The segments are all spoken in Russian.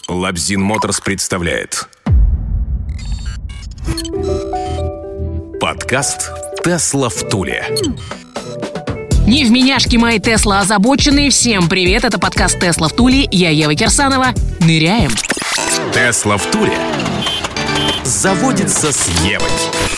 Лабзин Моторс представляет подкаст «Тесла в Туле». Невменяшки мои Тесла озабоченные. Всем привет, это подкаст «Тесла в Туле». Я Ева Кирсанова. Ныряем. Тесла в Туле заводится с Евой.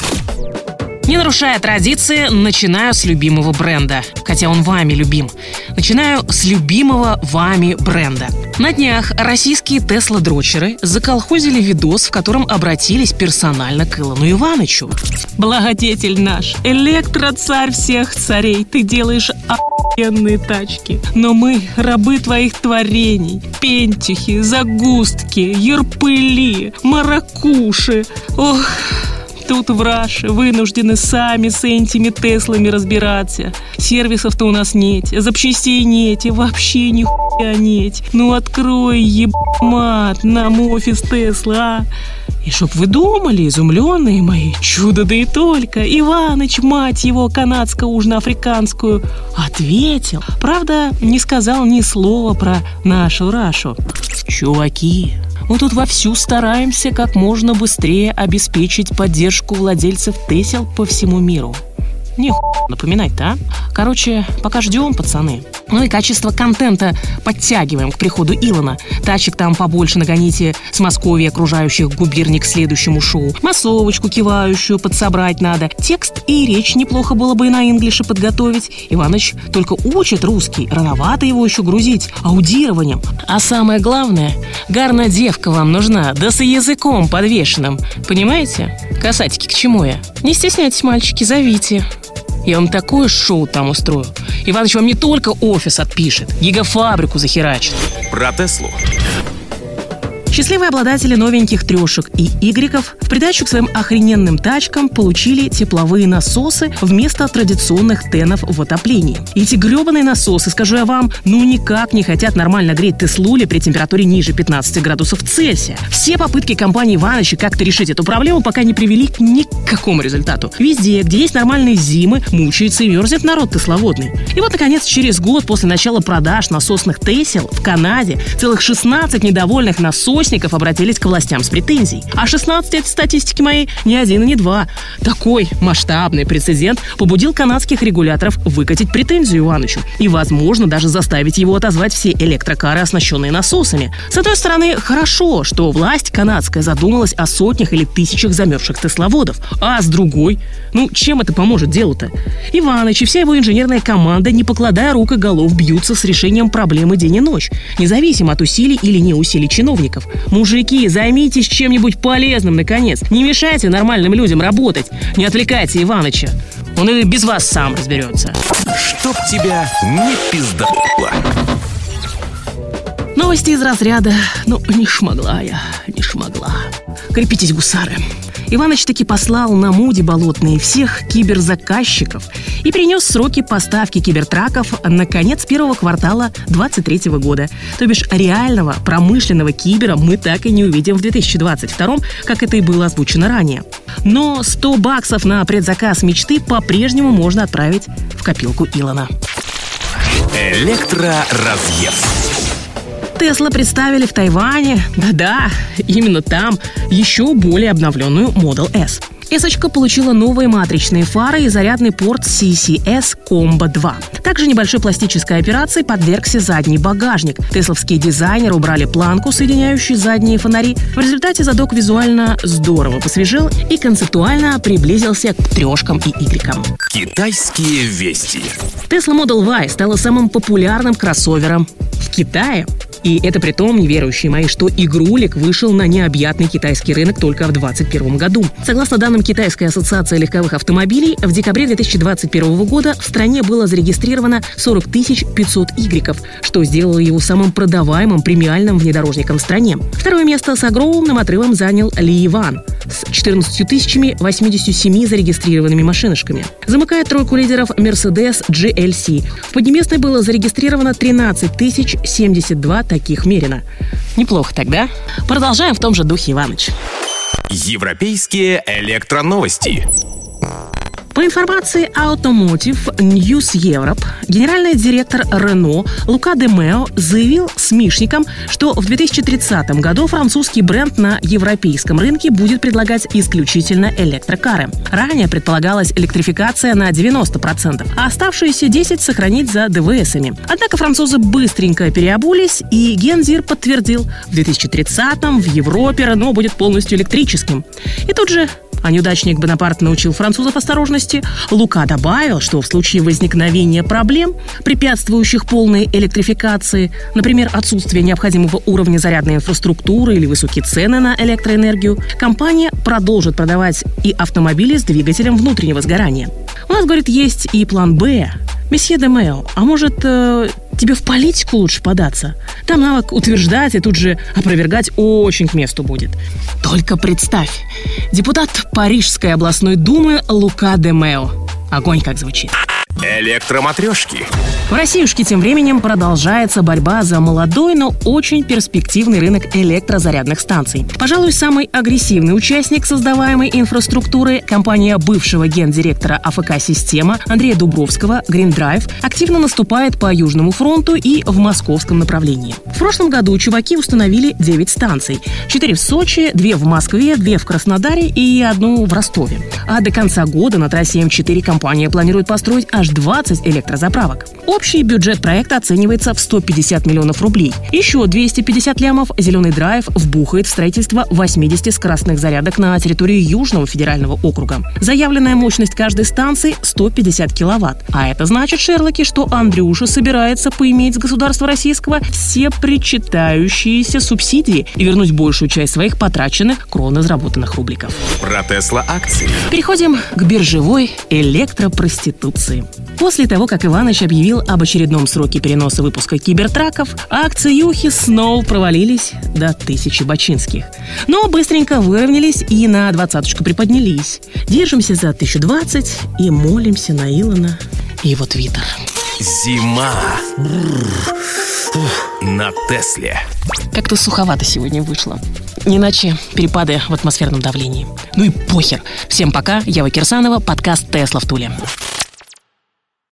Не нарушая традиции, начинаю с любимого бренда. Хотя он вами любим. Начинаю с любимого вами бренда. На днях российские Тесла-дрочеры заколхозили видос, в котором обратились персонально к Илону Иванычу. Благодетель наш, электроцарь всех царей, ты делаешь охуенные тачки. Но мы рабы твоих творений. Пентюхи, загустки, ерпыли, маракуши. Ох... Тут в Раше вынуждены сами с этими Теслами разбираться. Сервисов-то у нас нет, запчастей нет и вообще нихуя нет. Ну открой, ебать, нам офис Тесла, а? И чтоб вы думали, изумленные мои, чудо да и только, Иваныч, мать его, канадско-южноафриканскую, ответил. Правда, не сказал ни слова про нашу Рашу. Чуваки, мы тут вовсю стараемся как можно быстрее обеспечить поддержку владельцев Тесел по всему миру. Нихуя напоминать-то, а? Короче, пока ждем, пацаны. Ну и качество контента подтягиваем к приходу Илона. Тачек там побольше нагоните с Москвы и окружающих губерний к следующему шоу. Массовочку кивающую подсобрать надо. Текст и речь неплохо было бы и на инглише подготовить. Иваныч только учит русский, рановато его еще грузить аудированием. А самое главное, гарна девка вам нужна, да с языком подвешенным. Понимаете? Касатики, к чему я? Не стесняйтесь, мальчики, зовите. Я вам такое шоу там устрою. Иваныч вам не только офис отпишет, гигафабрику захерачит. Про Теслу. Счастливые обладатели новеньких трешек и игреков в придачу к своим охрененным тачкам получили тепловые насосы вместо традиционных тенов в отоплении. И эти гребаные насосы, скажу я вам, ну никак не хотят нормально греть Теслули при температуре ниже 15 градусов Цельсия. Все попытки компании Иваныча как-то решить эту проблему пока не привели к никакому результату. Везде, где есть нормальные зимы, мучается и мерзнет народ тесловодный. И вот, наконец, через год после начала продаж насосных Тесел в Канаде целых 16 недовольных насосников обратились к властям с претензией. А 16 этой статистики моей не один и не два. Такой масштабный прецедент побудил канадских регуляторов выкатить претензию Иванычу и, возможно, даже заставить его отозвать все электрокары, оснащенные насосами. С одной стороны, хорошо, что власть канадская задумалась о сотнях или тысячах замерзших тесловодов. А с другой, чем это поможет делу-то? Иваныч и вся его инженерная команда, не покладая рук и голов, бьются с решением проблемы день и ночь, независимо от усилий или не усилий чиновников. Мужики, займитесь чем-нибудь полезным, наконец. Не мешайте нормальным людям работать. Не отвлекайте Иваныча. Он и без вас сам разберется. Чтоб тебя не пиздануло. Новости из разряда не шмогла. Крепитесь, гусары. Иваныч таки послал на Муди болотные всех киберзаказчиков и перенес сроки поставки кибертраков на конец первого квартала 2023 года. То бишь реального промышленного кибера мы так и не увидим в 2022, как это и было озвучено ранее. Но $100 на предзаказ мечты по-прежнему можно отправить в копилку Илона. Электроразъезд. Тесла представили в Тайване, да-да, именно там, еще более обновленную Model S. Эсочка получила новые матричные фары и зарядный порт CCS Combo 2. Также небольшой пластической операции подвергся задний багажник. Тесловские дизайнеры убрали планку, соединяющую задние фонари. В результате задок визуально здорово посвежел и концептуально приблизился к трешкам и игрекам. Китайские вести. Tesla Model Y стала самым популярным кроссовером в Китае. И это при том, неверующие мои, что игрулик вышел на необъятный китайский рынок только в 2021 году. Согласно данным Китайской ассоциации легковых автомобилей, в декабре 2021 года в стране было зарегистрировано 40 500 игреков, что сделало его самым продаваемым премиальным внедорожником в стране. Второе место с огромным отрывом занял Ли Иван с 14 087 зарегистрированными машинышками. Замыкает тройку лидеров Mercedes GLC. В Поднебесной было зарегистрировано 13 072 таких мерено. Неплохо тогда. Продолжаем в том же духе, Иваныч. Европейские электроновости. По информации Automotive News Europe, генеральный директор Renault Лука де Мео заявил СМИшникам, что в 2030 году французский бренд на европейском рынке будет предлагать исключительно электрокары. Ранее предполагалась электрификация на 90%, а оставшиеся 10% сохранить за ДВСами. Однако французы быстренько переобулись, и Гензир подтвердил, в 2030-м в Европе Renault будет полностью электрическим. И тут же неудачник Бонапарт научил французов осторожности. Лука добавил, что в случае возникновения проблем, препятствующих полной электрификации, например, отсутствие необходимого уровня зарядной инфраструктуры или высокие цены на электроэнергию, компания продолжит продавать и автомобили с двигателем внутреннего сгорания. У нас, говорит, есть и план «Б». Месье де Мео, а может, тебе в политику лучше податься? Там навык утверждать и тут же опровергать очень к месту будет. Только представь, депутат Парижской областной думы Лука де Мео. Огонь как звучит. Электроматрешки. В Россиюшке тем временем продолжается борьба за молодой, но очень перспективный рынок электрозарядных станций. Пожалуй, самый агрессивный участник создаваемой инфраструктуры, компания бывшего гендиректора АФК «Система» Андрея Дубровского, Green Drive, активно наступает по Южному фронту и в московском направлении. В прошлом году чуваки установили 9 станций. 4 в Сочи, 2 в Москве, 2 в Краснодаре и 1 в Ростове. А до конца года на трассе М4 компания планирует построить аж 20 электрозаправок. Общий бюджет проекта оценивается в 150 миллионов рублей. Еще 250 лямов «Зеленый драйв» вбухает в строительство 80 скоростных зарядок на территории Южного федерального округа. Заявленная мощность каждой станции – 150 киловатт. А это значит, Шерлоки, что Андрюша собирается поиметь с государства российского все причитающиеся субсидии и вернуть большую часть своих потраченных кровно-заработанных рубликов. Про Тесла акции. Переходим к биржевой электропроституции. После того, как Иваныч объявил об очередном сроке переноса выпуска кибертраков, акции Юхи снова провалились до 1000 бачинских. Но быстренько выровнялись и на 20-очку приподнялись. Держимся за 1020 и молимся на Илона и его твиттер. Зима. На Тесле. Как-то суховато сегодня вышло. Не иначе перепады в атмосферном давлении. Ну и похер. Всем пока. Ева Кирсанова. Подкаст «Тесла в Туле».